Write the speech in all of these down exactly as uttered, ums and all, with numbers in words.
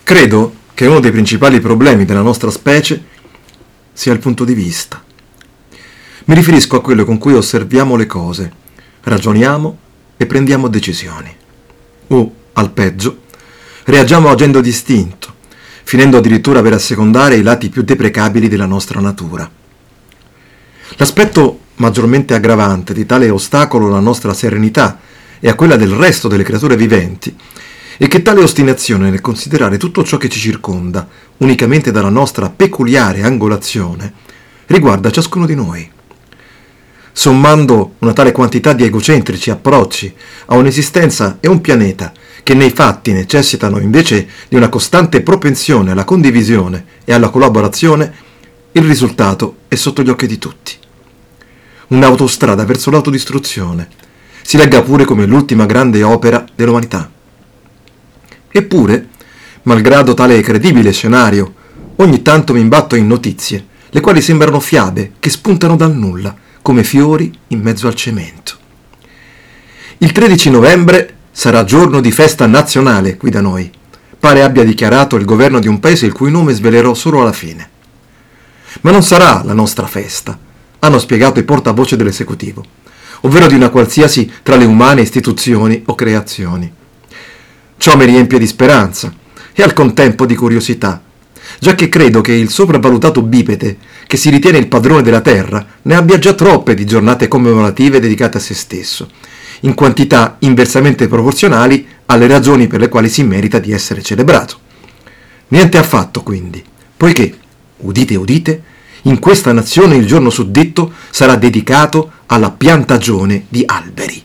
Credo che uno dei principali problemi della nostra specie sia il punto di vista. Mi riferisco a quello con cui osserviamo le cose, ragioniamo e prendiamo decisioni. O, al peggio, reagiamo agendo distinto, finendo addirittura per assecondare i lati più deprecabili della nostra natura. L'aspetto maggiormente aggravante di tale ostacolo alla nostra serenità e a quella del resto delle creature viventi è che tale ostinazione nel considerare tutto ciò che ci circonda unicamente dalla nostra peculiare angolazione riguarda ciascuno di noi. Sommando una tale quantità di egocentrici approcci a un'esistenza e un pianeta che nei fatti necessitano invece di una costante propensione alla condivisione e alla collaborazione, il risultato è sotto gli occhi di tutti. Un'autostrada verso l'autodistruzione, si legga pure come l'ultima grande opera dell'umanità. Eppure, malgrado tale credibile scenario, ogni tanto mi imbatto in notizie, le quali sembrano fiabe che spuntano dal nulla, come fiori in mezzo al cemento. Il tredici novembre sarà giorno di festa nazionale qui da noi. Pare abbia dichiarato il governo di un paese il cui nome svelerò solo alla fine. Ma non sarà la nostra festa, hanno spiegato i portavoce dell'esecutivo, ovvero di una qualsiasi tra le umane istituzioni o creazioni. Ciò mi riempie di speranza e al contempo di curiosità, già che credo che il sopravvalutato bipede, che si ritiene il padrone della terra, ne abbia già troppe di giornate commemorative dedicate a se stesso, in quantità inversamente proporzionali alle ragioni per le quali si merita di essere celebrato. Niente affatto, quindi, poiché, udite udite, in questa nazione il giorno suddetto sarà dedicato alla piantagione di alberi.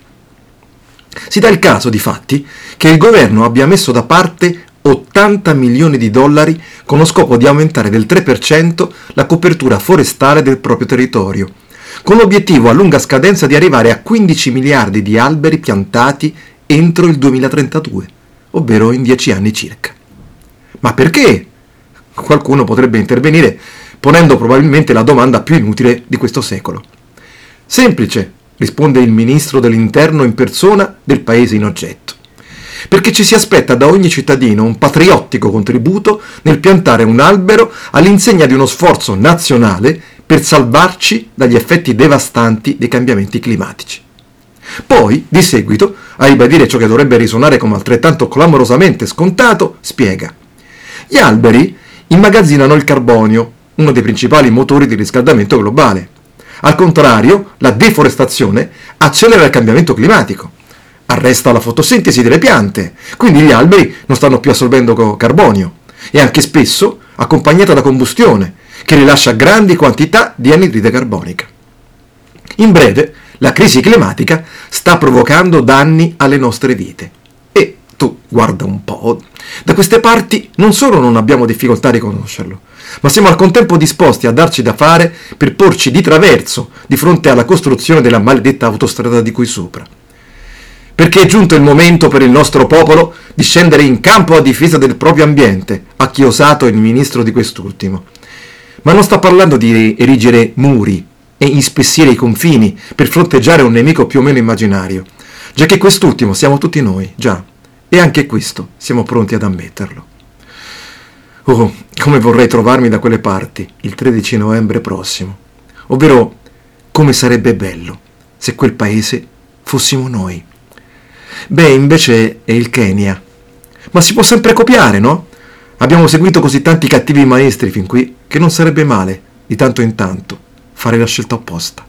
Si dà il caso, difatti, che il governo abbia messo da parte ottanta milioni di dollari con lo scopo di aumentare del tre per cento la copertura forestale del proprio territorio, con l'obiettivo a lunga scadenza di arrivare a quindici miliardi di alberi piantati entro il duemilatrentadue, ovvero in dieci anni circa. Ma perché? Qualcuno potrebbe intervenire ponendo probabilmente la domanda più inutile di questo secolo. Semplice, risponde il ministro dell'Interno in persona del paese in oggetto. Perché ci si aspetta da ogni cittadino un patriottico contributo nel piantare un albero all'insegna di uno sforzo nazionale per salvarci dagli effetti devastanti dei cambiamenti climatici. Poi, di seguito, a ribadire ciò che dovrebbe risuonare come altrettanto clamorosamente scontato, spiega: gli alberi immagazzinano il carbonio, uno dei principali motori di riscaldamento globale. Al contrario, la deforestazione accelera il cambiamento climatico, arresta la fotosintesi delle piante, quindi gli alberi non stanno più assorbendo carbonio, e anche spesso accompagnata da combustione, che rilascia grandi quantità di anidride carbonica. In breve, la crisi climatica sta provocando danni alle nostre vite. E tu, guarda un po', da queste parti non solo non abbiamo difficoltà a riconoscerlo, ma siamo al contempo disposti a darci da fare per porci di traverso di fronte alla costruzione della maledetta autostrada di qui sopra. Perché è giunto il momento per il nostro popolo di scendere in campo a difesa del proprio ambiente, ha chiosato il ministro di quest'ultimo. Ma non sta parlando di erigere muri e inspessire i confini per fronteggiare un nemico più o meno immaginario, già che quest'ultimo siamo tutti noi, già, e anche questo siamo pronti ad ammetterlo. Oh, come vorrei trovarmi da quelle parti il tredici novembre prossimo, ovvero come sarebbe bello se quel paese fossimo noi. Beh, invece è il Kenya. Ma si può sempre copiare, no? Abbiamo seguito così tanti cattivi maestri fin qui che non sarebbe male, di tanto in tanto, fare la scelta opposta.